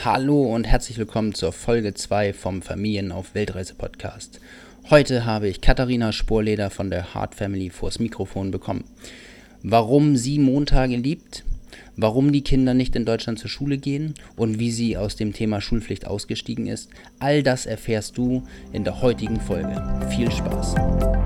Hallo und herzlich willkommen zur Folge 2 vom Familien auf Weltreise Podcast. Heute habe ich Katharina Sporleder von der Hart Family vors Mikrofon bekommen. Warum sie Montage liebt, warum die Kinder nicht in Deutschland zur Schule gehen und wie sie aus dem Thema Schulpflicht ausgestiegen ist, all das erfährst du in der heutigen Folge. Viel Spaß!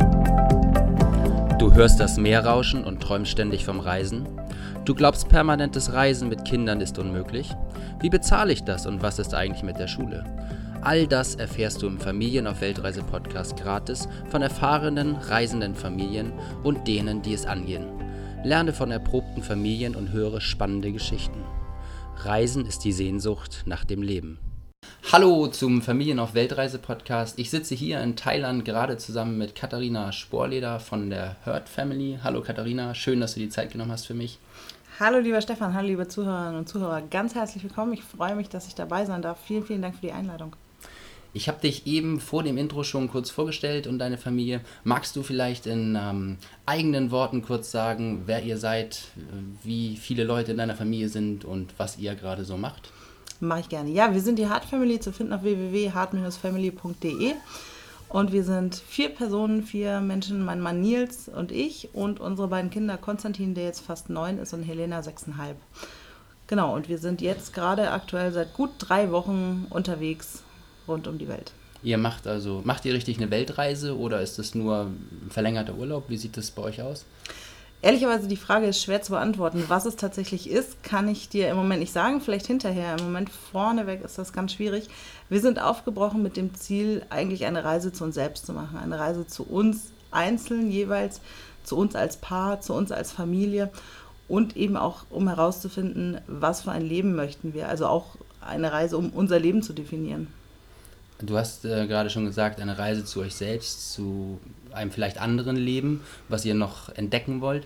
Du hörst das Meer rauschen und träumst ständig vom Reisen? Du glaubst, permanentes Reisen mit Kindern ist unmöglich? Wie bezahle ich das und was ist eigentlich mit der Schule? All das erfährst du im Familien auf Weltreise Podcast gratis von erfahrenen, reisenden Familien und denen, die es angehen. Lerne von erprobten Familien und höre spannende Geschichten. Reisen ist die Sehnsucht nach dem Leben. Hallo zum Familien auf Weltreise Podcast. Ich sitze hier in Thailand gerade zusammen mit Katharina Sporleder von der Hart Family. Hallo Katharina, schön, dass du die Zeit genommen hast für mich. Hallo lieber Stefan, hallo liebe Zuhörerinnen und Zuhörer, ganz herzlich willkommen. Ich freue mich, dass ich dabei sein darf. Vielen, vielen Dank für die Einladung. Ich habe dich eben vor dem Intro schon kurz vorgestellt und deine Familie. Magst du vielleicht in eigenen Worten kurz sagen, wer ihr seid, wie viele Leute in deiner Familie sind und was ihr gerade so macht? Mache ich gerne. Ja, wir sind die Hart Family, zu finden auf www.hart-family.de. Und wir sind 4 Personen, 4 Menschen, mein Mann Nils und ich und unsere beiden Kinder, Konstantin, der jetzt fast 9 ist, und Helena, 6,5. Genau, und wir sind jetzt gerade aktuell seit gut 3 Wochen unterwegs rund um die Welt. Macht ihr richtig eine Weltreise oder ist es nur ein verlängerter Urlaub? Wie sieht das bei euch aus? Ehrlicherweise, die Frage ist schwer zu beantworten. Was es tatsächlich ist, kann ich dir im Moment nicht sagen, vielleicht hinterher. Im Moment vorneweg ist das ganz schwierig. Wir sind aufgebrochen mit dem Ziel, eigentlich eine Reise zu uns selbst zu machen. Eine Reise zu uns einzeln jeweils, zu uns als Paar, zu uns als Familie und eben auch, um herauszufinden, was für ein Leben möchten wir. Also auch eine Reise, um unser Leben zu definieren. Du hast gerade schon gesagt, eine Reise zu euch selbst, zu einem vielleicht anderen Leben, was ihr noch entdecken wollt.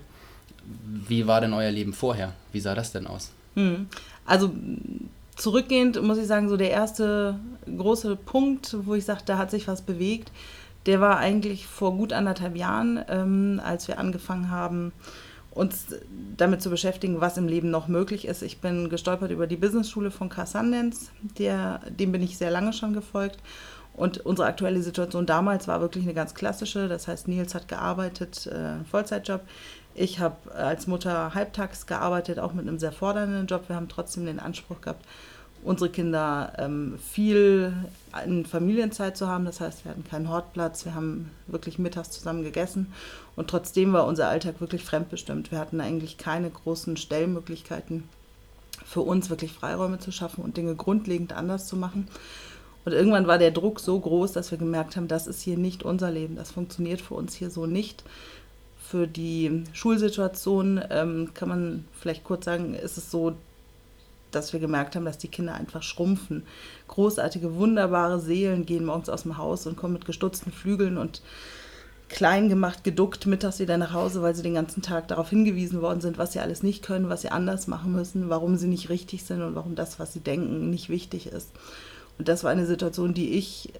Wie war denn euer Leben vorher? Wie sah das denn aus? Also zurückgehend muss ich sagen, so der erste große Punkt, wo ich sage, da hat sich was bewegt, der war eigentlich vor gut 1,5 Jahren, als wir angefangen haben, uns damit zu beschäftigen, was im Leben noch möglich ist. Ich bin gestolpert über die Businessschule von Car Sundance, dem bin ich sehr lange schon gefolgt. Und unsere aktuelle Situation damals war wirklich eine ganz klassische. Das heißt, Nils hat gearbeitet, Vollzeitjob. Ich habe als Mutter halbtags gearbeitet, auch mit einem sehr fordernden Job. Wir haben trotzdem den Anspruch gehabt, unsere Kinder viel in Familienzeit zu haben. Das heißt, wir hatten keinen Hortplatz, wir haben wirklich mittags zusammen gegessen und trotzdem war unser Alltag wirklich fremdbestimmt. Wir hatten eigentlich keine großen Stellmöglichkeiten für uns, wirklich Freiräume zu schaffen und Dinge grundlegend anders zu machen. Und irgendwann war der Druck so groß, dass wir gemerkt haben, das ist hier nicht unser Leben, das funktioniert für uns hier so nicht. Für die Schulsituation kann man vielleicht kurz sagen, ist es so, dass wir gemerkt haben, dass die Kinder einfach schrumpfen. Großartige, wunderbare Seelen gehen morgens aus dem Haus und kommen mit gestutzten Flügeln und klein gemacht, geduckt mittags wieder nach Hause, weil sie den ganzen Tag darauf hingewiesen worden sind, was sie alles nicht können, was sie anders machen müssen, warum sie nicht richtig sind und warum das, was sie denken, nicht wichtig ist. Und das war eine Situation, die ich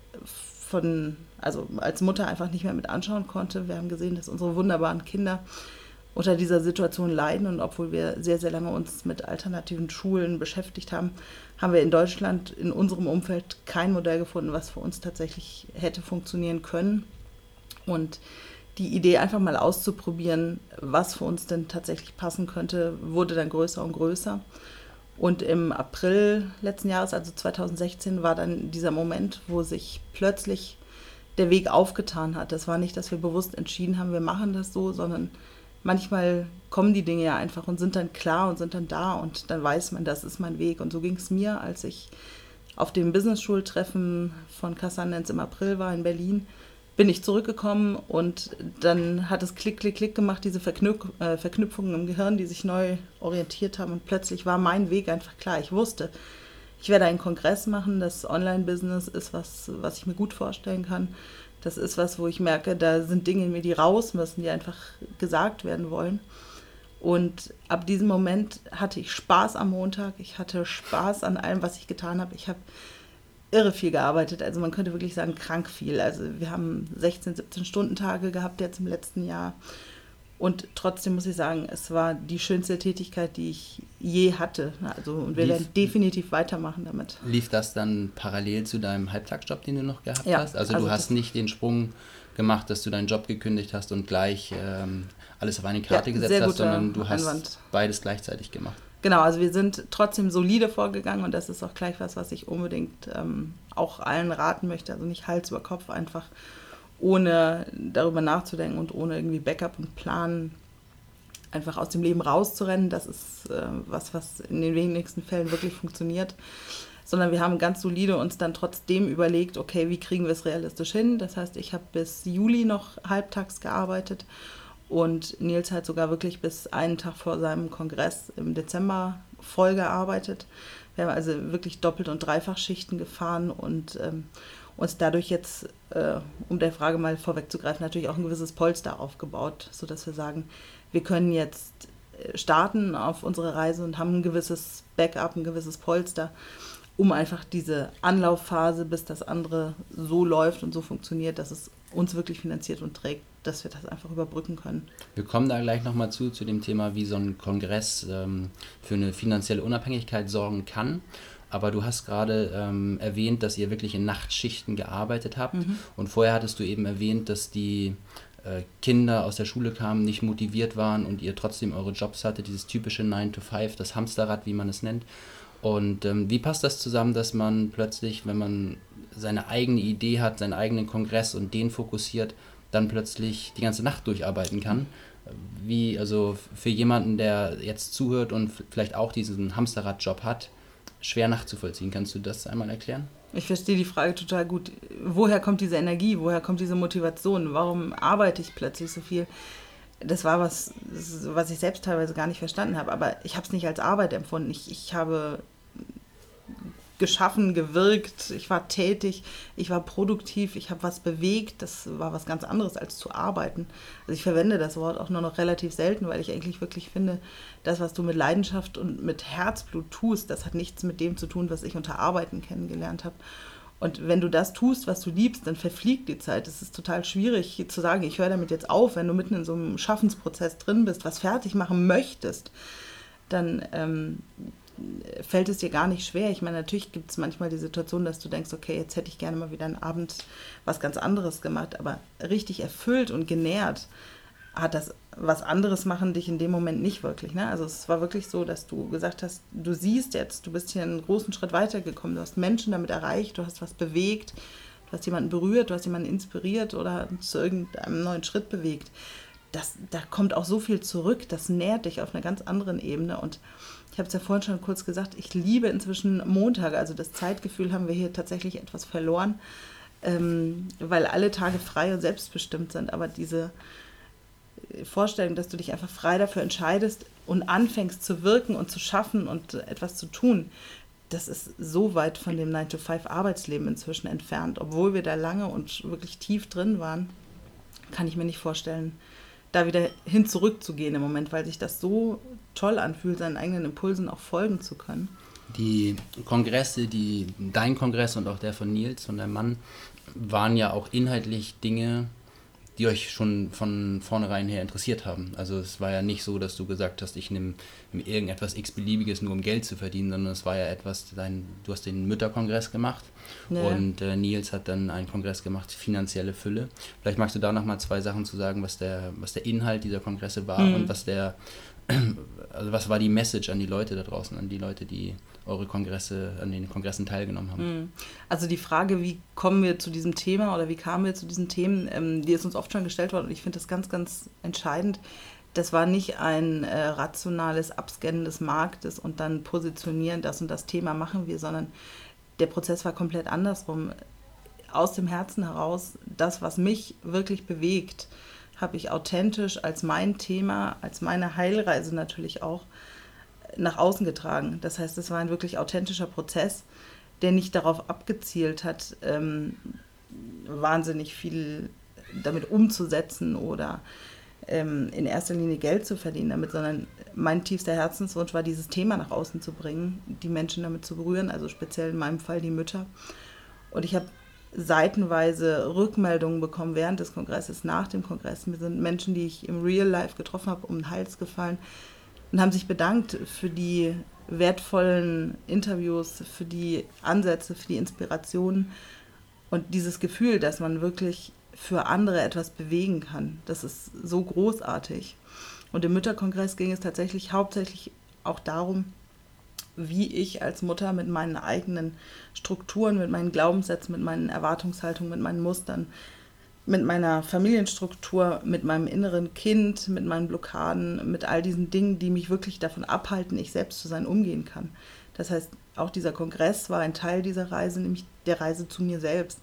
als Mutter einfach nicht mehr mit anschauen konnte. Wir haben gesehen, dass unsere wunderbaren Kinder unter dieser Situation leiden und obwohl wir sehr, sehr lange uns mit alternativen Schulen beschäftigt haben, haben wir in Deutschland in unserem Umfeld kein Modell gefunden, was für uns tatsächlich hätte funktionieren können. Und die Idee, einfach mal auszuprobieren, was für uns denn tatsächlich passen könnte, wurde dann größer und größer. Und im April letzten Jahres, also 2016, war dann dieser Moment, wo sich plötzlich der Weg aufgetan hat. Das war nicht, dass wir bewusst entschieden haben, wir machen das so, sondern manchmal kommen die Dinge ja einfach und sind dann klar und sind dann da und dann weiß man, das ist mein Weg. Und so ging es mir, als ich auf dem Business-Schultreffen von Car Sundance im April war in Berlin, bin ich zurückgekommen und dann hat es Klick, Klick, Klick gemacht, diese Verknüpfungen im Gehirn, die sich neu orientiert haben und plötzlich war mein Weg einfach klar. Ich wusste, ich werde einen Kongress machen, das Online-Business ist was ich mir gut vorstellen kann. Das ist was, wo ich merke, da sind Dinge in mir, die raus müssen, die einfach gesagt werden wollen. Und ab diesem Moment hatte ich Spaß am Montag, ich hatte Spaß an allem, was ich getan habe. Ich habe irre viel gearbeitet, also man könnte wirklich sagen, krank viel. Also wir haben 16, 17 Stunden Tage gehabt jetzt im letzten Jahr Und trotzdem muss ich sagen, es war die schönste Tätigkeit, die ich je hatte. Also, und wir werden definitiv weitermachen damit. Lief das dann parallel zu deinem Halbtagsjob, den du noch gehabt Ja, hast? Also du hast nicht den Sprung gemacht, dass du deinen Job gekündigt hast und gleich alles auf eine Karte gesetzt hast, sondern du hast beides gleichzeitig gemacht. Genau, also wir sind trotzdem solide vorgegangen und das ist auch gleich was ich unbedingt auch allen raten möchte. Also nicht Hals über Kopf, einfach ohne darüber nachzudenken und ohne irgendwie Backup und Plan einfach aus dem Leben rauszurennen. Das ist was in den wenigsten Fällen wirklich funktioniert. Sondern wir haben ganz solide uns dann trotzdem überlegt, okay, wie kriegen wir es realistisch hin? Das heißt, ich habe bis Juli noch halbtags gearbeitet und Nils hat sogar wirklich bis einen Tag vor seinem Kongress im Dezember voll gearbeitet. Wir haben also wirklich Doppelt- und Dreifachschichten gefahren und uns dadurch jetzt, um der Frage mal vorwegzugreifen, natürlich auch ein gewisses Polster aufgebaut, sodass wir sagen, wir können jetzt starten auf unsere Reise und haben ein gewisses Backup, ein gewisses Polster, um einfach diese Anlaufphase, bis das andere so läuft und so funktioniert, dass es uns wirklich finanziert und trägt, dass wir das einfach überbrücken können. Wir kommen da gleich nochmal zu dem Thema, wie so ein Kongress für eine finanzielle Unabhängigkeit sorgen kann. Aber du hast gerade erwähnt, dass ihr wirklich in Nachtschichten gearbeitet habt. Und vorher hattest du eben erwähnt, dass die Kinder aus der Schule kamen, nicht motiviert waren und ihr trotzdem eure Jobs hattet, dieses typische 9-to-5, das Hamsterrad, wie man es nennt. Und wie passt das zusammen, dass man plötzlich, wenn man seine eigene Idee hat, seinen eigenen Kongress und den fokussiert, dann plötzlich die ganze Nacht durcharbeiten kann? Wie, also für jemanden, der jetzt zuhört und vielleicht auch diesen Hamsterrad-Job hat, schwer nachzuvollziehen. Kannst du das einmal erklären? Ich verstehe die Frage total gut. Woher kommt diese Energie? Woher kommt diese Motivation? Warum arbeite ich plötzlich so viel? Das war was ich selbst teilweise gar nicht verstanden habe. Aber ich habe es nicht als Arbeit empfunden. Ich habe geschaffen, gewirkt, ich war tätig, ich war produktiv, ich habe was bewegt. Das war was ganz anderes als zu arbeiten. Also ich verwende das Wort auch nur noch relativ selten, weil ich eigentlich wirklich finde, das, was du mit Leidenschaft und mit Herzblut tust, das hat nichts mit dem zu tun, was ich unter Arbeiten kennengelernt habe. Und wenn du das tust, was du liebst, dann verfliegt die Zeit. Es ist total schwierig zu sagen, ich höre damit jetzt auf, wenn du mitten in so einem Schaffensprozess drin bist, was fertig machen möchtest, dann fällt es dir gar nicht schwer. Ich meine, natürlich gibt es manchmal die Situation, dass du denkst, okay, jetzt hätte ich gerne mal wieder einen Abend was ganz anderes gemacht, aber richtig erfüllt und genährt hat das was anderes machen dich in dem Moment nicht wirklich. Ne? Also es war wirklich so, dass du gesagt hast, du siehst jetzt, du bist hier einen großen Schritt weitergekommen, du hast Menschen damit erreicht, du hast was bewegt, du hast jemanden berührt, du hast jemanden inspiriert oder zu irgendeinem neuen Schritt bewegt. Da kommt auch so viel zurück, das nährt dich auf einer ganz anderen Ebene und ich habe es ja vorhin schon kurz gesagt, ich liebe inzwischen Montage, also das Zeitgefühl haben wir hier tatsächlich etwas verloren, weil alle Tage frei und selbstbestimmt sind, aber diese Vorstellung, dass du dich einfach frei dafür entscheidest und anfängst zu wirken und zu schaffen und etwas zu tun, das ist so weit von dem 9-to-5-Arbeitsleben inzwischen entfernt. Obwohl wir da lange und wirklich tief drin waren, kann ich mir nicht vorstellen, da wieder hin zurückzugehen im Moment, weil sich das so toll anfühlt, seinen eigenen Impulsen auch folgen zu können. Die Kongresse, dein Kongress und auch der von Nils und deinem Mann, waren ja auch inhaltlich Dinge, die euch schon von vornherein her interessiert haben. Also es war ja nicht so, dass du gesagt hast, ich nehme irgendetwas x-beliebiges nur um Geld zu verdienen, sondern es war ja etwas, du hast den Mütterkongress gemacht und Nils hat dann einen Kongress gemacht, finanzielle Fülle. Vielleicht magst du da nochmal 2 Sachen zu sagen, was der Inhalt dieser Kongresse war und was war die Message an die Leute da draußen, an die Leute, die an den Kongressen teilgenommen haben. Also die Frage, wie kommen wir zu diesem Thema oder wie kamen wir zu diesen Themen, die ist uns oft schon gestellt worden und ich finde das ganz, ganz entscheidend. Das war nicht ein rationales Abscannen des Marktes und dann positionieren, das und das Thema machen wir, sondern der Prozess war komplett andersrum. Aus dem Herzen heraus, das, was mich wirklich bewegt, habe ich authentisch als mein Thema, als meine Heilreise natürlich auch nach außen getragen. Das heißt, es war ein wirklich authentischer Prozess, der nicht darauf abgezielt hat, wahnsinnig viel damit umzusetzen oder in erster Linie Geld zu verdienen damit, sondern mein tiefster Herzenswunsch war, dieses Thema nach außen zu bringen, die Menschen damit zu berühren, also speziell in meinem Fall die Mütter. Und ich habe seitenweise Rückmeldungen bekommen während des Kongresses, nach dem Kongress. Mir sind Menschen, die ich im Real Life getroffen habe, um den Hals gefallen und haben sich bedankt für die wertvollen Interviews, für die Ansätze, für die Inspirationen und dieses Gefühl, dass man wirklich für andere etwas bewegen kann. Das ist so großartig. Und im Mütterkongress ging es tatsächlich hauptsächlich auch darum, wie ich als Mutter mit meinen eigenen Strukturen, mit meinen Glaubenssätzen, mit meinen Erwartungshaltungen, mit meinen Mustern, mit meiner Familienstruktur, mit meinem inneren Kind, mit meinen Blockaden, mit all diesen Dingen, die mich wirklich davon abhalten, ich selbst zu sein, umgehen kann. Das heißt, auch dieser Kongress war ein Teil dieser Reise, nämlich der Reise zu mir selbst.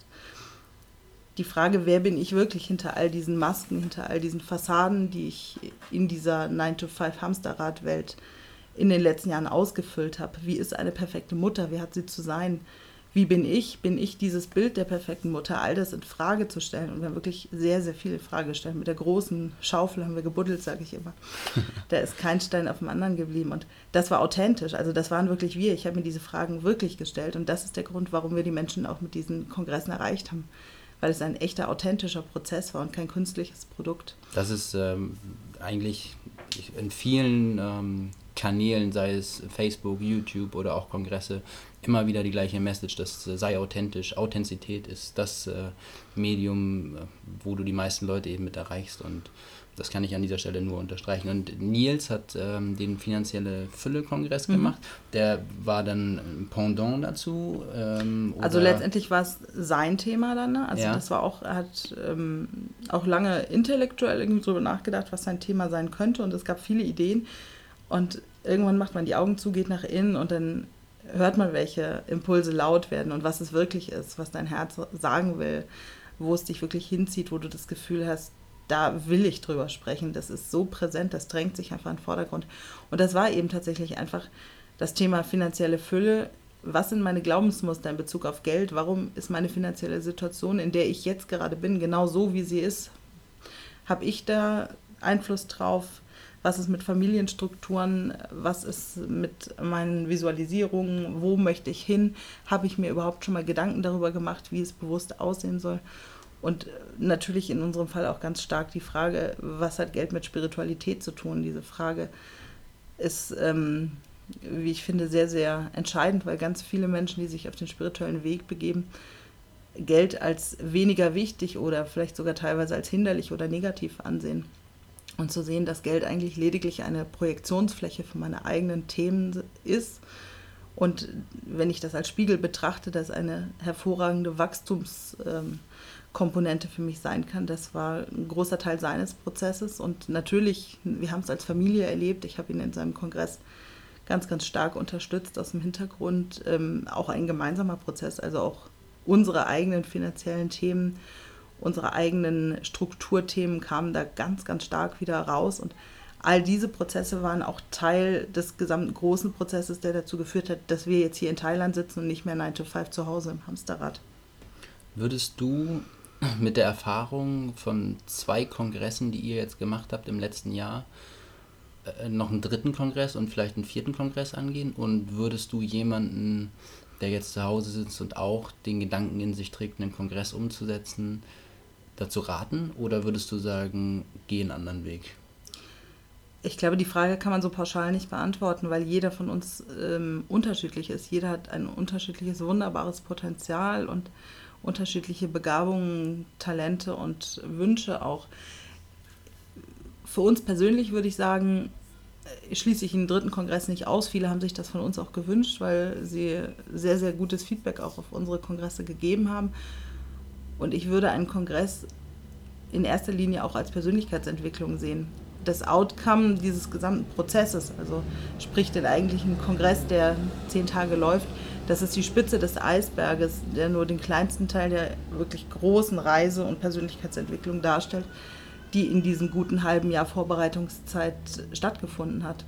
Die Frage, wer bin ich wirklich hinter all diesen Masken, hinter all diesen Fassaden, die ich in dieser 9-to-5-Hamsterrad-Welt in den letzten Jahren ausgefüllt habe. Wie ist eine perfekte Mutter? Wie hat sie zu sein? Wie bin ich? Bin ich dieses Bild der perfekten Mutter? All das in Frage zu stellen. Und wir haben wirklich sehr, sehr viele Fragen gestellt. Mit der großen Schaufel haben wir gebuddelt, sage ich immer. Da ist kein Stein auf dem anderen geblieben. Und das war authentisch. Also das waren wirklich wir. Ich habe mir diese Fragen wirklich gestellt. Und das ist der Grund, warum wir die Menschen auch mit diesen Kongressen erreicht haben. Weil es ein echter, authentischer Prozess war und kein künstliches Produkt. Das ist eigentlich in vielen Kanälen, sei es Facebook, YouTube oder auch Kongresse, immer wieder die gleiche Message, das sei authentisch. Authentizität ist das Medium, wo du die meisten Leute eben mit erreichst, und das kann ich an dieser Stelle nur unterstreichen. Und Nils hat den Finanzielle Fülle-Kongress gemacht. Der war dann ein Pendant dazu? Also letztendlich war es sein Thema dann. Ne? Also ja. Das war auch, er hat auch lange intellektuell irgendwie drüber nachgedacht, was sein Thema sein könnte. Und es gab viele Ideen. Und irgendwann macht man die Augen zu, geht nach innen und dann hört man, welche Impulse laut werden und was es wirklich ist, was dein Herz sagen will, wo es dich wirklich hinzieht, wo du das Gefühl hast, da will ich drüber sprechen. Das ist so präsent, das drängt sich einfach in den Vordergrund. Und das war eben tatsächlich einfach das Thema finanzielle Fülle. Was sind meine Glaubensmuster in Bezug auf Geld? Warum ist meine finanzielle Situation, in der ich jetzt gerade bin, genau so, wie sie ist? Habe ich da Einfluss drauf? Was ist mit Familienstrukturen? Was ist mit meinen Visualisierungen? Wo möchte ich hin? Habe ich mir überhaupt schon mal Gedanken darüber gemacht, wie es bewusst aussehen soll? Und natürlich in unserem Fall auch ganz stark die Frage, was hat Geld mit Spiritualität zu tun? Diese Frage ist, wie ich finde, sehr, sehr entscheidend, weil ganz viele Menschen, die sich auf den spirituellen Weg begeben, Geld als weniger wichtig oder vielleicht sogar teilweise als hinderlich oder negativ ansehen. Und zu sehen, dass Geld eigentlich lediglich eine Projektionsfläche für meine eigenen Themen ist. Und wenn ich das als Spiegel betrachte, dass eine hervorragende Wachstumskomponente für mich sein kann, das war ein großer Teil seines Prozesses. Und natürlich, wir haben es als Familie erlebt. Ich habe ihn in seinem Kongress ganz, ganz stark unterstützt aus dem Hintergrund. Auch ein gemeinsamer Prozess, also auch unsere eigenen finanziellen Themen, unsere eigenen Strukturthemen kamen da ganz, ganz stark wieder raus. Und all diese Prozesse waren auch Teil des gesamten großen Prozesses, der dazu geführt hat, dass wir jetzt hier in Thailand sitzen und nicht mehr 9-to-5 zu Hause im Hamsterrad. Würdest du mit der Erfahrung von 2 Kongressen, die ihr jetzt gemacht habt im letzten Jahr, noch einen 3. Kongress und vielleicht einen 4. Kongress angehen? Und würdest du jemanden, der jetzt zu Hause sitzt und auch den Gedanken in sich trägt, einen Kongress umzusetzen, dazu raten? Oder würdest du sagen, geh einen anderen Weg? Ich glaube, die Frage kann man so pauschal nicht beantworten, weil jeder von uns unterschiedlich ist. Jeder hat ein unterschiedliches, wunderbares Potenzial und unterschiedliche Begabungen, Talente und Wünsche auch. Für uns persönlich würde ich sagen, schließe ich den 3. Kongress nicht aus. Viele haben sich das von uns auch gewünscht, weil sie sehr, sehr gutes Feedback auch auf unsere Kongresse gegeben haben. Und ich würde einen Kongress in erster Linie auch als Persönlichkeitsentwicklung sehen. Das Outcome dieses gesamten Prozesses, also sprich den eigentlichen Kongress, der 10 Tage läuft, das ist die Spitze des Eisberges, der nur den kleinsten Teil der wirklich großen Reise und Persönlichkeitsentwicklung darstellt, die in diesem guten halben Jahr Vorbereitungszeit stattgefunden hat.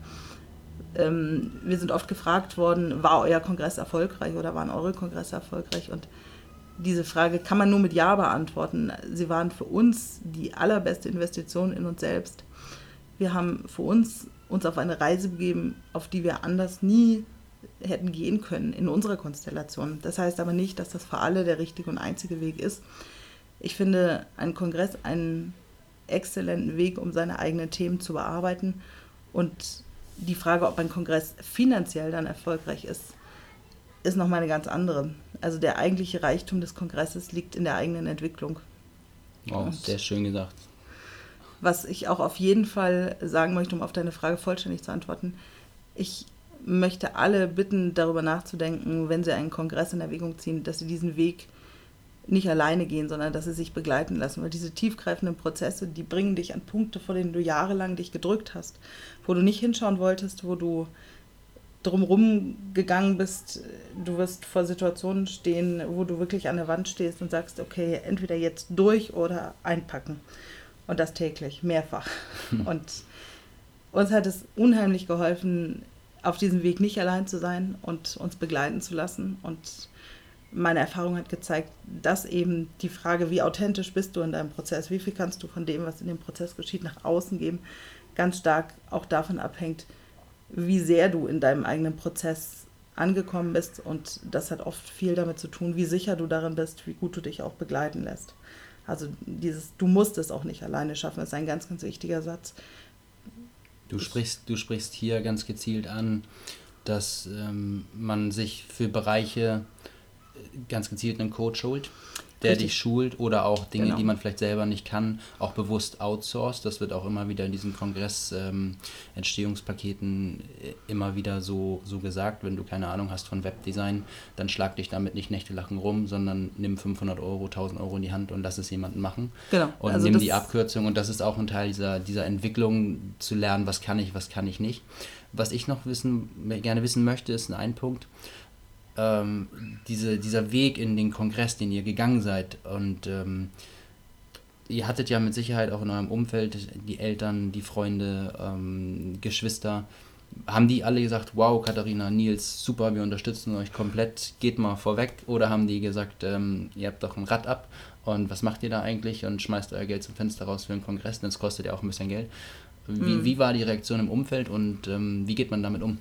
Wir sind oft gefragt worden, war euer Kongress erfolgreich oder waren eure Kongresse erfolgreich? Und diese Frage kann man nur mit Ja beantworten. Sie waren für uns die allerbeste Investition in uns selbst. Wir haben für uns auf eine Reise begeben, auf die wir anders nie hätten gehen können in unserer Konstellation. Das heißt aber nicht, dass das für alle der richtige und einzige Weg ist. Ich finde einen Kongress einen exzellenten Weg, um seine eigenen Themen zu bearbeiten. Und die Frage, ob ein Kongress finanziell dann erfolgreich ist nochmal eine ganz andere. Also der eigentliche Reichtum des Kongresses liegt in der eigenen Entwicklung. Wow, sehr schön gesagt. Was ich auch auf jeden Fall sagen möchte, um auf deine Frage vollständig zu antworten, ich möchte alle bitten, darüber nachzudenken, wenn sie einen Kongress in Erwägung ziehen, dass sie diesen Weg nicht alleine gehen, sondern dass sie sich begleiten lassen. Weil diese tiefgreifenden Prozesse, die bringen dich an Punkte, vor denen du jahrelang dich gedrückt hast, wo du nicht hinschauen wolltest, wo du drumherum gegangen bist. Du wirst vor Situationen stehen, wo du wirklich an der Wand stehst und sagst, okay, entweder jetzt durch oder einpacken. Und das täglich, mehrfach. Und uns hat es unheimlich geholfen, auf diesem Weg nicht allein zu sein und uns begleiten zu lassen. Und meine Erfahrung hat gezeigt, dass eben die Frage, wie authentisch bist du in deinem Prozess, wie viel kannst du von dem, was in dem Prozess geschieht, nach außen geben, ganz stark auch davon abhängt, wie sehr du in deinem eigenen Prozess angekommen bist. Und das hat oft viel damit zu tun, wie sicher du darin bist, wie gut du dich auch begleiten lässt. Also du musst es auch nicht alleine schaffen, das ist ein ganz, ganz wichtiger Satz. Du sprichst hier ganz gezielt an, dass man sich für Bereiche ganz gezielt einen Coach holt, der dich schult oder auch Dinge, die man vielleicht selber nicht kann, auch bewusst outsourced. Das wird auch immer wieder in diesen Kongress-Entstehungspaketen immer wieder so gesagt. Wenn du keine Ahnung hast von Webdesign, dann schlag dich damit nicht nächtelang rum, sondern nimm 500 Euro, 1000 Euro in die Hand und lass es jemanden machen. Genau. Und also nimm die Abkürzung. Und das ist auch ein Teil dieser Entwicklung, zu lernen, was kann ich nicht. Was ich noch gerne wissen möchte, ist ein Punkt. Dieser Weg in den Kongress, den ihr gegangen seid, und ihr hattet ja mit Sicherheit auch in eurem Umfeld die Eltern, die Freunde, Geschwister, haben die alle gesagt, wow, Katharina, Nils, super, wir unterstützen euch komplett, geht mal vorweg, oder haben die gesagt, ihr habt doch ein Rad ab und was macht ihr da eigentlich und schmeißt euer Geld zum Fenster raus für einen Kongress, denn es kostet ja auch ein bisschen Geld. Wie war die Reaktion im Umfeld und wie geht man damit um?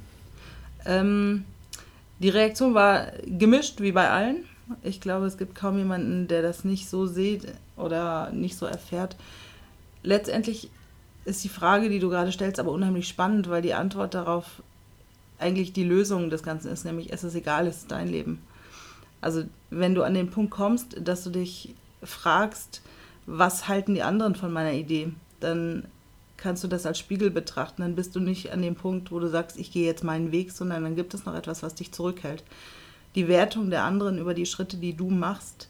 Die Reaktion war gemischt, wie bei allen. Ich glaube, es gibt kaum jemanden, der das nicht so sieht oder nicht so erfährt. Letztendlich ist die Frage, die du gerade stellst, aber unheimlich spannend, weil die Antwort darauf eigentlich die Lösung des Ganzen ist, nämlich es ist egal, es ist dein Leben. Also wenn du an den Punkt kommst, dass du dich fragst, was halten die anderen von meiner Idee, dann kannst du das als Spiegel betrachten. Dann bist du nicht an dem Punkt, wo du sagst, ich gehe jetzt meinen Weg, sondern dann gibt es noch etwas, was dich zurückhält. Die Wertung der anderen über die Schritte, die du machst,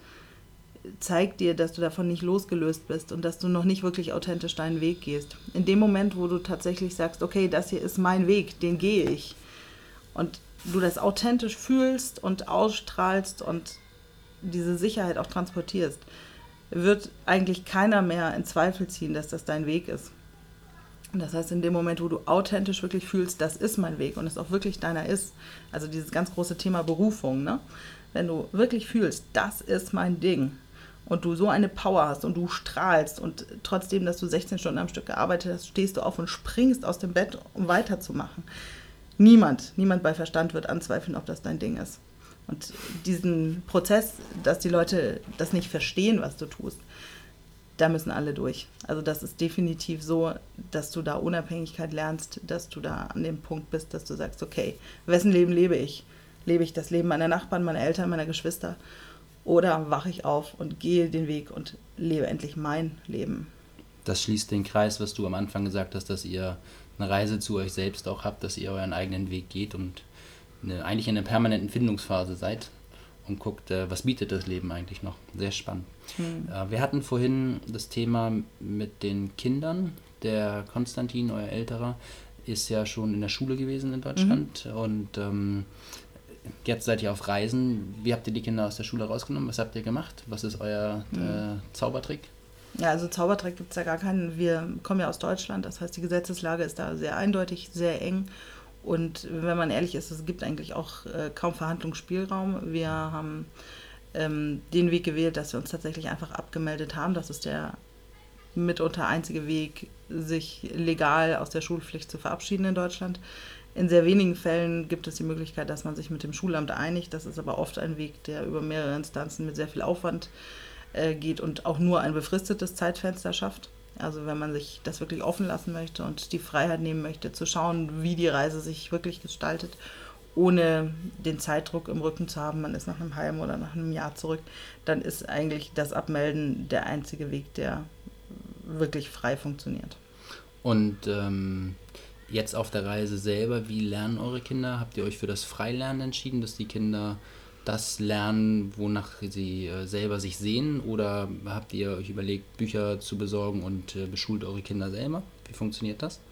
zeigt dir, dass du davon nicht losgelöst bist und dass du noch nicht wirklich authentisch deinen Weg gehst. In dem Moment, wo du tatsächlich sagst, okay, das hier ist mein Weg, den gehe ich, und du das authentisch fühlst und ausstrahlst und diese Sicherheit auch transportierst, wird eigentlich keiner mehr in Zweifel ziehen, dass das dein Weg ist. Das heißt, in dem Moment, wo du authentisch wirklich fühlst, das ist mein Weg und es auch wirklich deiner ist, also dieses ganz große Thema Berufung, ne? Wenn du wirklich fühlst, das ist mein Ding und du so eine Power hast und du strahlst und trotzdem, dass du 16 Stunden am Stück gearbeitet hast, stehst du auf und springst aus dem Bett, um weiterzumachen. Niemand bei Verstand wird anzweifeln, ob das dein Ding ist. Und diesen Prozess, dass die Leute das nicht verstehen, was du tust, da müssen alle durch. Also das ist definitiv so, dass du da Unabhängigkeit lernst, dass du da an dem Punkt bist, dass du sagst, okay, wessen Leben lebe ich? Lebe ich das Leben meiner Nachbarn, meiner Eltern, meiner Geschwister? Oder wache ich auf und gehe den Weg und lebe endlich mein Leben? Das schließt den Kreis, was du am Anfang gesagt hast, dass ihr eine Reise zu euch selbst auch habt, dass ihr euren eigenen Weg geht und eigentlich in einer permanenten Findungsphase seid. Und guckt, was bietet das Leben eigentlich noch. Sehr spannend. Wir hatten vorhin das Thema mit den Kindern. Der Konstantin, euer Älterer, ist ja schon in der Schule gewesen in Deutschland. Und jetzt seid ihr auf Reisen. Wie habt ihr die Kinder aus der Schule rausgenommen? Was habt ihr gemacht? Was ist euer Zaubertrick? Ja, also Zaubertrick gibt es ja gar keinen. Wir kommen ja aus Deutschland. Das heißt, die Gesetzeslage ist da sehr eindeutig, sehr eng. Und wenn man ehrlich ist, es gibt eigentlich auch kaum Verhandlungsspielraum. Wir haben den Weg gewählt, dass wir uns tatsächlich einfach abgemeldet haben. Das ist der mitunter einzige Weg, sich legal aus der Schulpflicht zu verabschieden in Deutschland. In sehr wenigen Fällen gibt es die Möglichkeit, dass man sich mit dem Schulamt einigt. Das ist aber oft ein Weg, der über mehrere Instanzen mit sehr viel Aufwand geht und auch nur ein befristetes Zeitfenster schafft. Also wenn man sich das wirklich offen lassen möchte und die Freiheit nehmen möchte, zu schauen, wie die Reise sich wirklich gestaltet, ohne den Zeitdruck im Rücken zu haben, man ist nach einem halben oder nach einem Jahr zurück, dann ist eigentlich das Abmelden der einzige Weg, der wirklich frei funktioniert. Und jetzt auf der Reise selber, wie lernen eure Kinder? Habt ihr euch für das Freilernen entschieden, dass die Kinder das lernen, wonach sie selber sich sehen? Oder habt ihr euch überlegt, Bücher zu besorgen und beschult eure Kinder selber? Wie funktioniert das?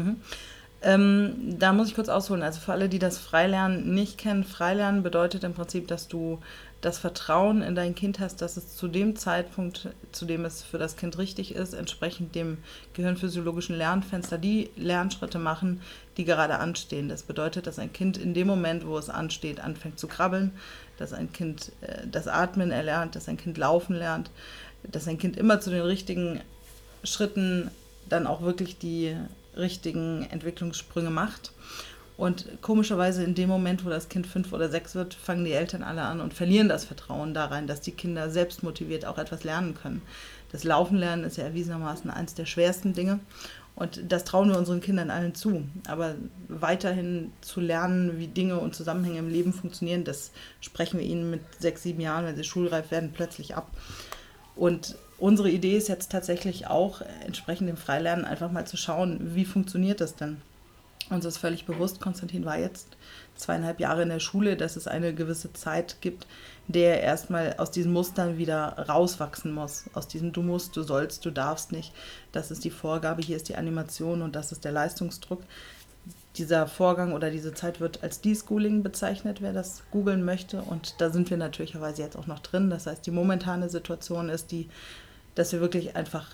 Da muss ich kurz ausholen. Also für alle, die das Freilernen nicht kennen, Freilernen bedeutet im Prinzip, dass du das Vertrauen in dein Kind hast, dass es zu dem Zeitpunkt, zu dem es für das Kind richtig ist, entsprechend dem gehirnphysiologischen Lernfenster die Lernschritte machen, die gerade anstehen. Das bedeutet, dass ein Kind in dem Moment, wo es ansteht, anfängt zu krabbeln, dass ein Kind das Atmen erlernt, dass ein Kind laufen lernt, dass ein Kind immer zu den richtigen Schritten dann auch wirklich die richtigen Entwicklungssprünge macht. Und komischerweise in dem Moment, wo das Kind 5 oder 6 wird, fangen die Eltern alle an und verlieren das Vertrauen darein, dass die Kinder selbst motiviert auch etwas lernen können. Das Laufen lernen ist ja erwiesenermaßen eines der schwersten Dinge. Und das trauen wir unseren Kindern allen zu. Aber weiterhin zu lernen, wie Dinge und Zusammenhänge im Leben funktionieren, das sprechen wir ihnen mit 6, 7 Jahren, wenn sie schulreif werden, plötzlich ab. Und unsere Idee ist jetzt tatsächlich auch, entsprechend dem Freilernen einfach mal zu schauen, wie funktioniert das denn? Uns ist völlig bewusst, Konstantin war jetzt 2,5 Jahre in der Schule, dass es eine gewisse Zeit gibt, der erstmal aus diesen Mustern wieder rauswachsen muss. Aus diesem du musst, du sollst, du darfst nicht. Das ist die Vorgabe, hier ist die Animation und das ist der Leistungsdruck. Dieser Vorgang oder diese Zeit wird als Deschooling bezeichnet, wer das googeln möchte. Und da sind wir natürlicherweise jetzt auch noch drin. Das heißt, die momentane Situation ist die, dass wir wirklich einfach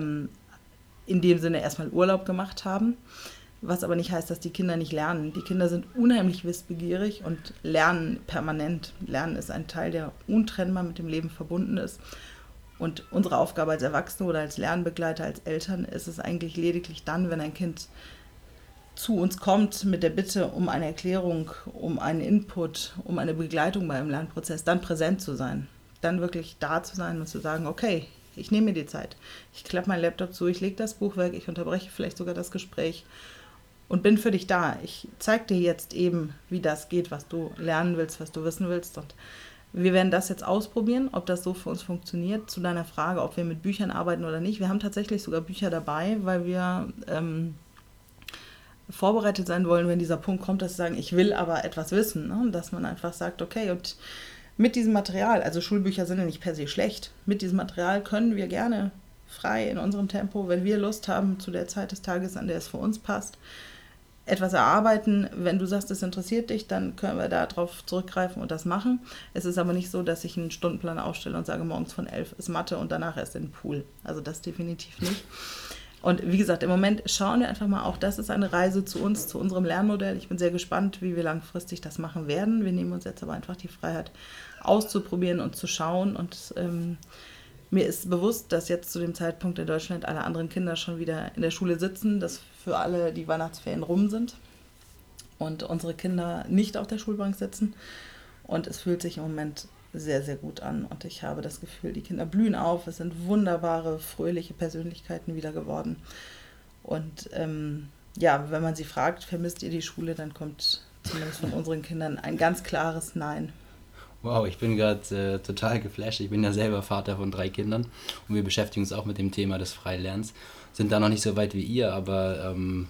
in dem Sinne erstmal Urlaub gemacht haben. Was aber nicht heißt, dass die Kinder nicht lernen. Die Kinder sind unheimlich wissbegierig und lernen permanent. Lernen ist ein Teil, der untrennbar mit dem Leben verbunden ist. Und unsere Aufgabe als Erwachsene oder als Lernbegleiter, als Eltern, ist es eigentlich lediglich dann, wenn ein Kind zu uns kommt mit der Bitte um eine Erklärung, um einen Input, um eine Begleitung beim Lernprozess, dann präsent zu sein. Dann wirklich da zu sein und zu sagen, okay, ich nehme mir die Zeit. Ich klappe meinen Laptop zu, ich lege das Buch weg, ich unterbreche vielleicht sogar das Gespräch und bin für dich da. Ich zeige dir jetzt eben, wie das geht, was du lernen willst, was du wissen willst. Und wir werden das jetzt ausprobieren, ob das so für uns funktioniert. Zu deiner Frage, ob wir mit Büchern arbeiten oder nicht. Wir haben tatsächlich sogar Bücher dabei, weil wir vorbereitet sein wollen, wenn dieser Punkt kommt, dass sie sagen, ich will aber etwas wissen. Ne? Dass man einfach sagt, okay, und mit diesem Material, also Schulbücher sind ja nicht per se schlecht, mit diesem Material können wir gerne frei in unserem Tempo, wenn wir Lust haben, zu der Zeit des Tages, an der es für uns passt, etwas erarbeiten. Wenn du sagst, es interessiert dich, dann können wir darauf zurückgreifen und das machen. Es ist aber nicht so, dass ich einen Stundenplan aufstelle und sage, morgens von 11 ist Mathe und danach erst in den Pool. Also das definitiv nicht. Und wie gesagt, im Moment schauen wir einfach mal auch, das ist eine Reise zu uns, zu unserem Lernmodell. Ich bin sehr gespannt, wie wir langfristig das machen werden. Wir nehmen uns jetzt aber einfach die Freiheit, auszuprobieren und zu schauen. Und mir ist bewusst, dass jetzt zu dem Zeitpunkt in Deutschland alle anderen Kinder schon wieder in der Schule sitzen, dass für alle die Weihnachtsferien rum sind und unsere Kinder nicht auf der Schulbank sitzen. Und es fühlt sich im Moment sehr, sehr gut an. Und ich habe das Gefühl, die Kinder blühen auf. Es sind wunderbare, fröhliche Persönlichkeiten wieder geworden. Und ja, wenn man sie fragt, vermisst ihr die Schule, dann kommt zumindest von unseren Kindern ein ganz klares Nein. Wow, ich bin gerade total geflasht. Ich bin ja selber Vater von 3 Kindern und wir beschäftigen uns auch mit dem Thema des Freilernens. Sind da noch nicht so weit wie ihr, aber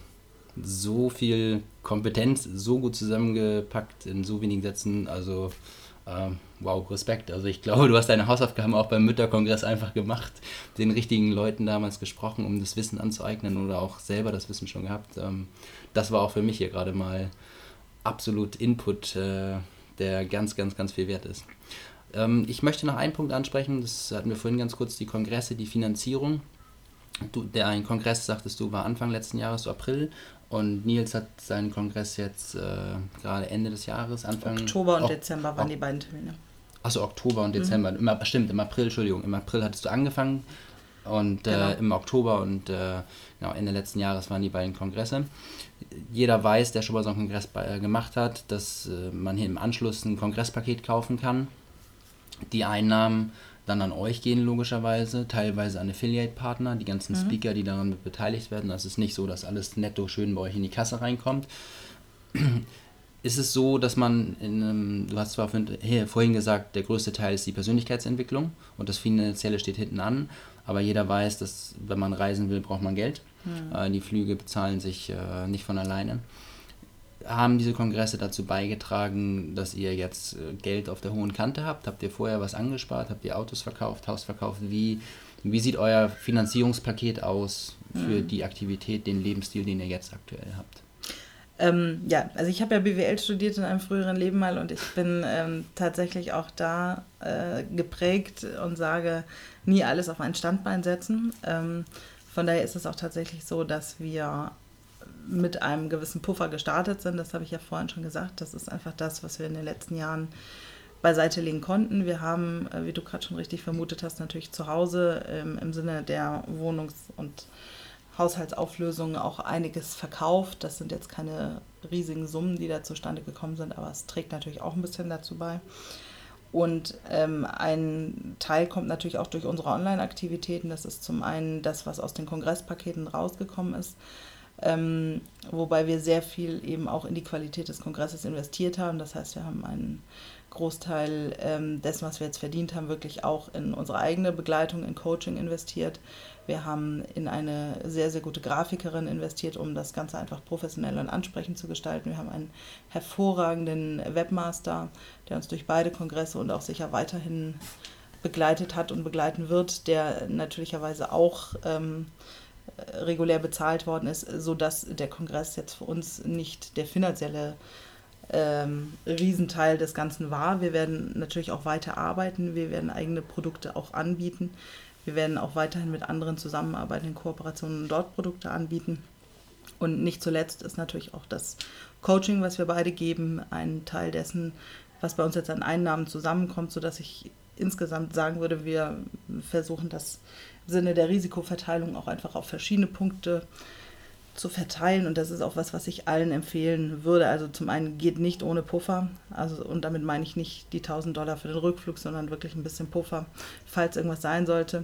so viel Kompetenz, so gut zusammengepackt in so wenigen Sätzen, also wow, Respekt. Also ich glaube, du hast deine Hausaufgaben auch beim Mütterkongress einfach gemacht, den richtigen Leuten damals gesprochen, um das Wissen anzueignen oder auch selber das Wissen schon gehabt. Das war auch für mich hier gerade mal absolut Input, der ganz, ganz, ganz viel wert ist. Ich möchte noch einen Punkt ansprechen, das hatten wir vorhin ganz kurz, die Kongresse, die Finanzierung. Ein Kongress, sagtest du, war Anfang letzten Jahres, so April, und Nils hat seinen Kongress jetzt gerade Ende des Jahres, Anfang... Oktober und Dezember waren die beiden Termine. Achso, Oktober und Dezember, stimmt, im April hattest du angefangen und genau. Im Oktober und genau, Ende letzten Jahres waren die beiden Kongresse. jeder weiß, der schon mal so einen Kongress gemacht hat, dass man hier im Anschluss ein Kongresspaket kaufen kann. Die Einnahmen dann an euch gehen logischerweise, teilweise an Affiliate-Partner, die ganzen Speaker, die daran mit beteiligt werden. Das ist nicht so, dass alles netto schön bei euch in die Kasse reinkommt. Ist es so, dass man, du hast zwar vorhin gesagt, der größte Teil ist die Persönlichkeitsentwicklung und das Finanzielle steht hinten an, aber jeder weiß, dass wenn man reisen will, braucht man Geld. Die Flüge bezahlen sich nicht von alleine. Haben diese Kongresse dazu beigetragen, dass ihr jetzt Geld auf der hohen Kante habt? Habt ihr vorher was angespart? Habt ihr Autos verkauft, Haus verkauft? Wie sieht euer Finanzierungspaket aus für die Aktivität, den Lebensstil, den ihr jetzt aktuell habt? Also ich habe ja BWL studiert in einem früheren Leben mal und ich bin tatsächlich auch da geprägt und sage, nie alles auf ein Standbein setzen. Von daher ist es auch tatsächlich so, dass wir mit einem gewissen Puffer gestartet sind. Das habe ich ja vorhin schon gesagt. Das ist einfach das, was wir in den letzten Jahren beiseite legen konnten. Wir haben, wie du gerade schon richtig vermutet hast, natürlich zu Hause im Sinne der Wohnungs- und Haushaltsauflösung auch einiges verkauft. Das sind jetzt keine riesigen Summen, die da zustande gekommen sind, aber es trägt natürlich auch ein bisschen dazu bei. Und ein Teil kommt natürlich auch durch unsere Online-Aktivitäten. Das ist zum einen das, was aus den Kongresspaketen rausgekommen ist, wobei wir sehr viel eben auch in die Qualität des Kongresses investiert haben. Das heißt, wir haben einen Großteil dessen, was wir jetzt verdient haben, wirklich auch in unsere eigene Begleitung, in Coaching investiert. Wir haben in eine sehr, sehr gute Grafikerin investiert, um das Ganze einfach professionell und ansprechend zu gestalten. Wir haben einen hervorragenden Webmaster, der uns durch beide Kongresse und auch sicher weiterhin begleitet hat und begleiten wird, der natürlicherweise auch regulär bezahlt worden ist, sodass der Kongress jetzt für uns nicht der finanzielle Riesenteil des Ganzen war. Wir werden natürlich auch weiter arbeiten, wir werden eigene Produkte auch anbieten, wir werden auch weiterhin mit anderen zusammenarbeiten, in Kooperationen und dort Produkte anbieten. Und nicht zuletzt ist natürlich auch das Coaching, was wir beide geben, ein Teil dessen, was bei uns jetzt an Einnahmen zusammenkommt, sodass ich insgesamt sagen würde, wir versuchen das im Sinne der Risikoverteilung auch einfach auf verschiedene Punkte zu verteilen und das ist auch was ich allen empfehlen würde. Also zum einen geht nicht ohne Puffer, und damit meine ich nicht die $1.000 für den Rückflug, sondern wirklich ein bisschen Puffer, falls irgendwas sein sollte.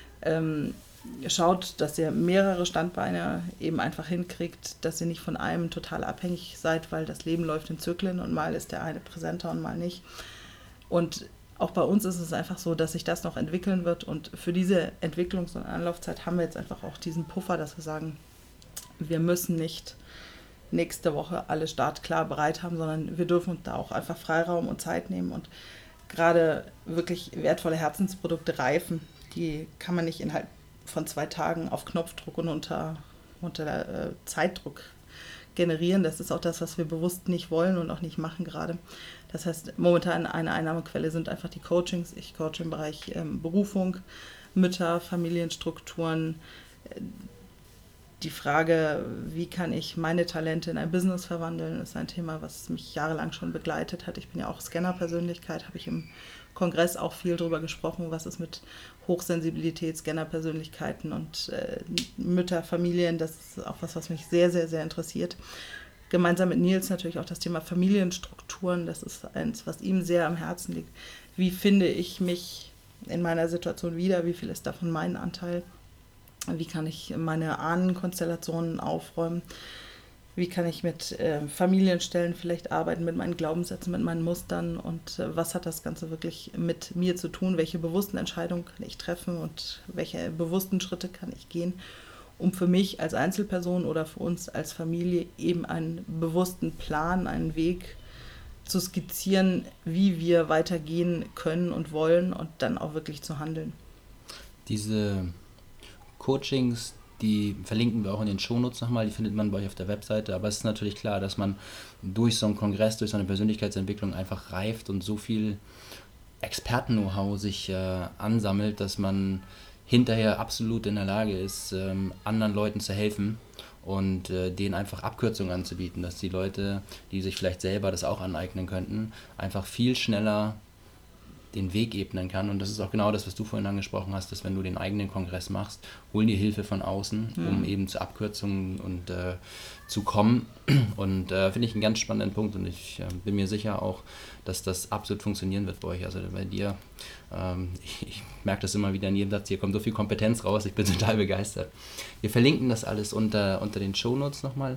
Schaut, dass ihr mehrere Standbeine eben einfach hinkriegt, dass ihr nicht von einem total abhängig seid, weil das Leben läuft in Zyklen und mal ist der eine präsenter und mal nicht. Und auch bei uns ist es einfach so, dass sich das noch entwickeln wird und für diese Entwicklungs- und Anlaufzeit haben wir jetzt einfach auch diesen Puffer, dass wir sagen, wir müssen nicht nächste Woche alles startklar bereit haben, sondern wir dürfen uns da auch einfach Freiraum und Zeit nehmen und gerade wirklich wertvolle Herzensprodukte reifen, die kann man nicht innerhalb von 2 Tagen auf Knopfdruck und unter Zeitdruck generieren. Das ist auch das, was wir bewusst nicht wollen und auch nicht machen gerade. Das heißt, momentan eine Einnahmequelle sind einfach die Coachings. Ich coache im Bereich Berufung, Mütter, Familienstrukturen. Die Frage, wie kann ich meine Talente in ein Business verwandeln, ist ein Thema, was mich jahrelang schon begleitet hat. Ich bin ja auch Scanner-Persönlichkeit, habe ich im Kongress auch viel darüber gesprochen, was ist mit Hochsensibilität, Scanner-Persönlichkeiten und Mütter, Familien, das ist auch was mich sehr, sehr, sehr interessiert. Gemeinsam mit Nils natürlich auch das Thema Familienstrukturen, das ist eins, was ihm sehr am Herzen liegt. Wie finde ich mich in meiner Situation wieder, wie viel ist davon mein Anteil? Wie kann ich meine Ahnenkonstellationen aufräumen? Wie kann ich mit Familienstellen vielleicht arbeiten, mit meinen Glaubenssätzen, mit meinen Mustern? Und was hat das Ganze wirklich mit mir zu tun? Welche bewussten Entscheidungen kann ich treffen und welche bewussten Schritte kann ich gehen, um für mich als Einzelperson oder für uns als Familie eben einen bewussten Plan, einen Weg zu skizzieren, wie wir weitergehen können und wollen und dann auch wirklich zu handeln. Diese Coachings, die verlinken wir auch in den Shownotes nochmal, die findet man bei euch auf der Webseite, aber es ist natürlich klar, dass man durch so einen Kongress, durch so eine Persönlichkeitsentwicklung einfach reift und so viel Experten-Know-how sich ansammelt, dass man hinterher absolut in der Lage ist, anderen Leuten zu helfen und denen einfach Abkürzungen anzubieten, dass die Leute, die sich vielleicht selber das auch aneignen könnten, einfach viel schneller den Weg ebnen kann. Und das ist auch genau das, was du vorhin angesprochen hast, dass wenn du den eigenen Kongress machst, hol dir Hilfe von außen, um eben zu Abkürzungen und zu kommen. Und finde ich einen ganz spannenden Punkt und ich bin mir sicher auch, dass das absolut funktionieren wird bei euch. Also bei dir, ich merke das immer wieder in jedem Satz, hier kommt so viel Kompetenz raus, ich bin total begeistert. Wir verlinken das alles unter den Shownotes nochmal.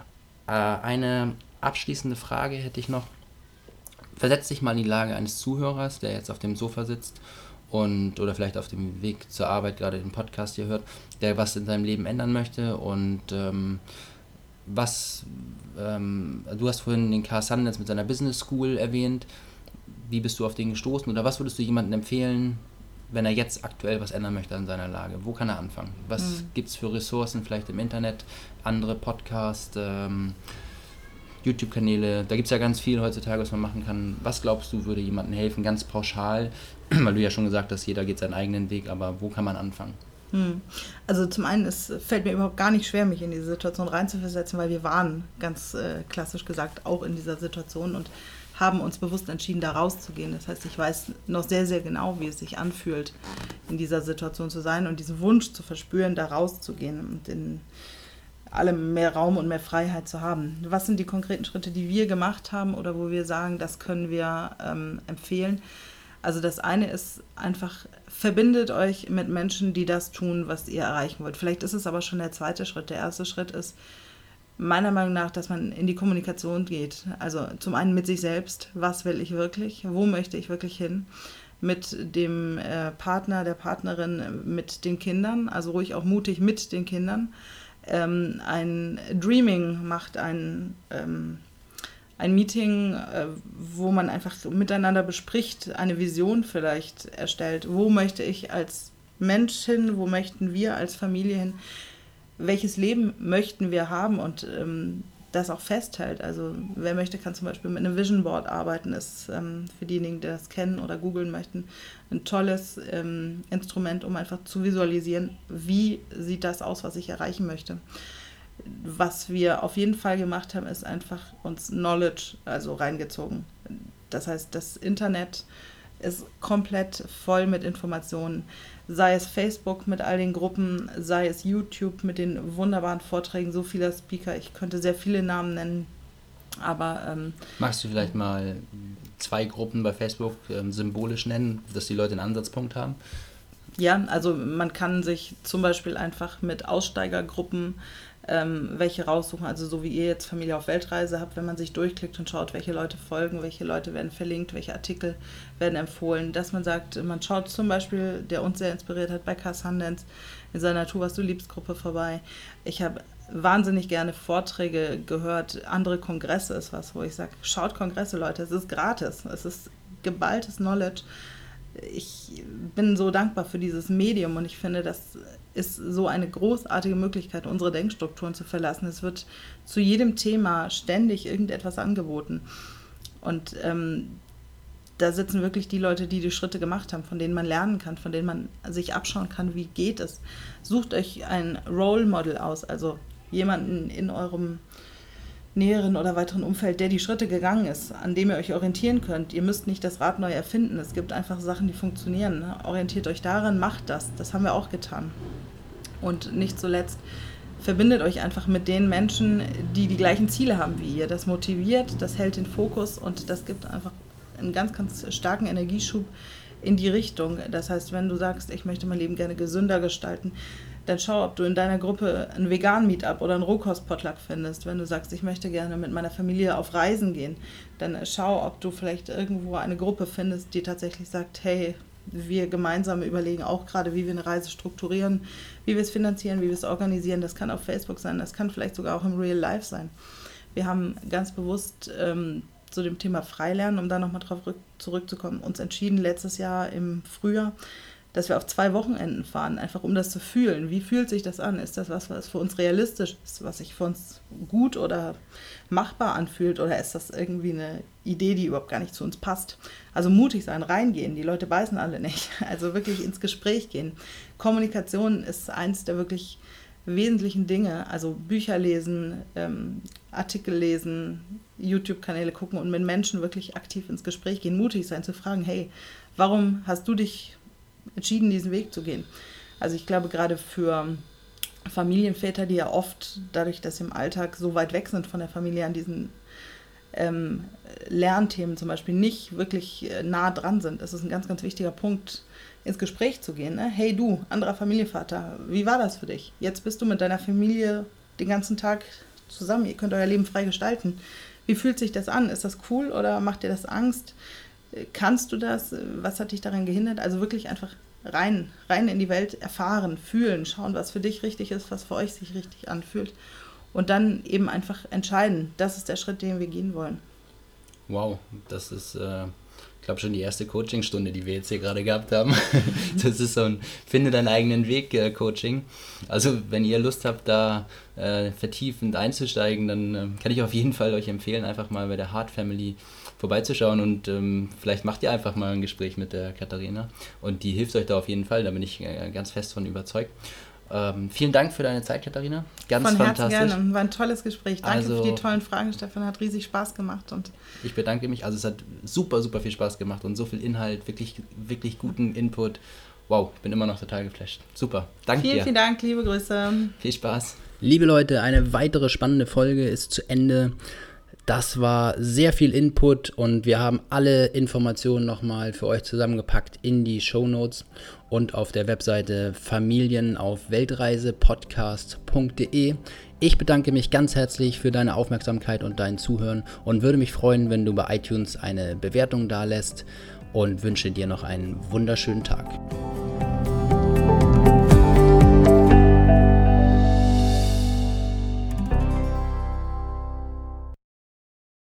Eine abschließende Frage hätte ich noch. Versetz dich mal in die Lage eines Zuhörers, der jetzt auf dem Sofa sitzt oder vielleicht auf dem Weg zur Arbeit gerade den Podcast hier hört, der was in seinem Leben ändern möchte und du hast vorhin den Car Sundance mit seiner Business School erwähnt. Wie bist du auf den gestoßen oder was würdest du jemandem empfehlen, wenn er jetzt aktuell was ändern möchte an seiner Lage? Wo kann er anfangen? Was gibt es für Ressourcen vielleicht im Internet, andere Podcasts, YouTube-Kanäle, da gibt es ja ganz viel heutzutage, was man machen kann. Was glaubst du, würde jemandem helfen, ganz pauschal? Weil du ja schon gesagt hast, jeder geht seinen eigenen Weg, aber wo kann man anfangen? Also zum einen, es fällt mir überhaupt gar nicht schwer, mich in diese Situation reinzuversetzen, weil wir waren, ganz klassisch gesagt, auch in dieser Situation und haben uns bewusst entschieden, da rauszugehen. Das heißt, ich weiß noch sehr, sehr genau, wie es sich anfühlt, in dieser Situation zu sein und diesen Wunsch zu verspüren, da rauszugehen und in allem mehr Raum und mehr Freiheit zu haben. Was sind die konkreten Schritte, die wir gemacht haben oder wo wir sagen, das können wir empfehlen? Also das eine ist einfach, verbindet euch mit Menschen, die das tun, was ihr erreichen wollt. Vielleicht ist es aber schon der zweite Schritt. Der erste Schritt ist meiner Meinung nach, dass man in die Kommunikation geht. Also zum einen mit sich selbst, was will ich wirklich, wo möchte ich wirklich hin? Mit dem Partner, der Partnerin, mit den Kindern, also ruhig auch mutig mit den Kindern. Ein Dreaming macht ein Meeting, wo man einfach miteinander bespricht, eine Vision vielleicht erstellt. Wo möchte ich als Mensch hin? Wo möchten wir als Familie hin? Welches Leben möchten wir haben? Und das auch festhält. Also wer möchte, kann zum Beispiel mit einem Vision Board arbeiten. Ist für diejenigen, die das kennen oder googeln möchten, ein tolles Instrument, um einfach zu visualisieren, wie sieht das aus, was ich erreichen möchte. Was wir auf jeden Fall gemacht haben, ist einfach uns Knowledge reingezogen. Das heißt, das Internet ist komplett voll mit Informationen. Sei es Facebook mit all den Gruppen, sei es YouTube mit den wunderbaren Vorträgen so vieler Speaker. Ich könnte sehr viele Namen nennen, aber... Magst du vielleicht mal 2 Gruppen bei Facebook symbolisch nennen, dass die Leute einen Ansatzpunkt haben? Ja, also man kann sich zum Beispiel einfach mit Aussteigergruppen welche raussuchen, also so wie ihr jetzt Familie auf Weltreise habt, wenn man sich durchklickt und schaut, welche Leute folgen, welche Leute werden verlinkt, welche Artikel werden empfohlen, dass man sagt, man schaut zum Beispiel, der uns sehr inspiriert hat, bei Car Sundance in seiner Tu, was du liebst Gruppe vorbei. Ich habe wahnsinnig gerne Vorträge gehört, andere Kongresse ist was, wo ich sage, schaut Kongresse, Leute, es ist gratis, es ist geballtes Knowledge. Ich bin so dankbar für dieses Medium und ich finde, das ist so eine großartige Möglichkeit, unsere Denkstrukturen zu verlassen. Es wird zu jedem Thema ständig irgendetwas angeboten. Und da sitzen wirklich die Leute, die die Schritte gemacht haben, von denen man lernen kann, von denen man sich abschauen kann, wie geht es. Sucht euch ein Role Model aus, also jemanden in eurem näheren oder weiteren Umfeld, der die Schritte gegangen ist, an dem ihr euch orientieren könnt. Ihr müsst nicht das Rad neu erfinden. Es gibt einfach Sachen, die funktionieren. Ne? Orientiert euch daran, macht das. Das haben wir auch getan. Und nicht zuletzt, verbindet euch einfach mit den Menschen, die die gleichen Ziele haben wie ihr. Das motiviert, das hält den Fokus und das gibt einfach einen ganz, ganz starken Energieschub in die Richtung. Das heißt, wenn du sagst, ich möchte mein Leben gerne gesünder gestalten, dann schau, ob du in deiner Gruppe ein Vegan-Meetup oder ein Rohkost-Potluck findest. Wenn du sagst, ich möchte gerne mit meiner Familie auf Reisen gehen, dann schau, ob du vielleicht irgendwo eine Gruppe findest, die tatsächlich sagt, hey, wir gemeinsam überlegen auch gerade, wie wir eine Reise strukturieren, wie wir es finanzieren, wie wir es organisieren. Das kann auf Facebook sein, das kann vielleicht sogar auch im Real Life sein. Wir haben ganz bewusst zu dem Thema Freilernen, um da nochmal drauf zurückzukommen, uns entschieden letztes Jahr im Frühjahr, dass wir auf 2 Wochenenden fahren, einfach um das zu fühlen. Wie fühlt sich das an? Ist das was für uns realistisch ist, was sich für uns gut oder machbar anfühlt? Oder ist das irgendwie eine Idee, die überhaupt gar nicht zu uns passt? Also mutig sein, reingehen. Die Leute beißen alle nicht. Also wirklich ins Gespräch gehen. Kommunikation ist eins der wirklich wesentlichen Dinge. Also Bücher lesen, Artikel lesen, YouTube-Kanäle gucken und mit Menschen wirklich aktiv ins Gespräch gehen. Mutig sein, zu fragen, hey, warum hast du dich entschieden, diesen Weg zu gehen? Also ich glaube, gerade für Familienväter, die ja oft, dadurch, dass sie im Alltag so weit weg sind von der Familie, an diesen Lernthemen zum Beispiel nicht wirklich nah dran sind, ist es ein ganz, ganz wichtiger Punkt, ins Gespräch zu gehen. Ne? Hey du, anderer Familienvater, wie war das für dich? Jetzt bist du mit deiner Familie den ganzen Tag zusammen, ihr könnt euer Leben frei gestalten. Wie fühlt sich das an? Ist das cool oder macht dir das Angst? Kannst du das? Was hat dich daran gehindert? Also wirklich einfach rein in die Welt erfahren, fühlen, schauen, was für dich richtig ist, was für euch sich richtig anfühlt. Und dann eben einfach entscheiden, das ist der Schritt, den wir gehen wollen. Wow, das ist, ich glaube, schon die erste Coachingstunde, die wir jetzt hier gerade gehabt haben. Das ist so ein Finde deinen eigenen Weg Coaching. Also wenn ihr Lust habt, da vertiefend einzusteigen, dann kann ich auf jeden Fall euch empfehlen, einfach mal bei der Heart Family vorbeizuschauen und vielleicht macht ihr einfach mal ein Gespräch mit der Katharina und die hilft euch da auf jeden Fall, da bin ich ganz fest von überzeugt. Vielen Dank für deine Zeit, Katharina. Ganz von fantastisch. Herzen gerne. War ein tolles Gespräch. Danke für die tollen Fragen, Stefan. Hat riesig Spaß gemacht. Und ich bedanke mich. Also es hat super, super viel Spaß gemacht und so viel Inhalt, wirklich, wirklich guten Input. Wow, bin immer noch total geflasht. Super. Danke dir. Vielen Dank, liebe Grüße. Viel Spaß. Liebe Leute, eine weitere spannende Folge ist zu Ende. Das war sehr viel Input und wir haben alle Informationen nochmal für euch zusammengepackt in die Shownotes und auf der Webseite familienaufweltreisepodcast.de. Ich bedanke mich ganz herzlich für deine Aufmerksamkeit und dein Zuhören und würde mich freuen, wenn du bei iTunes eine Bewertung dalässt und wünsche dir noch einen wunderschönen Tag.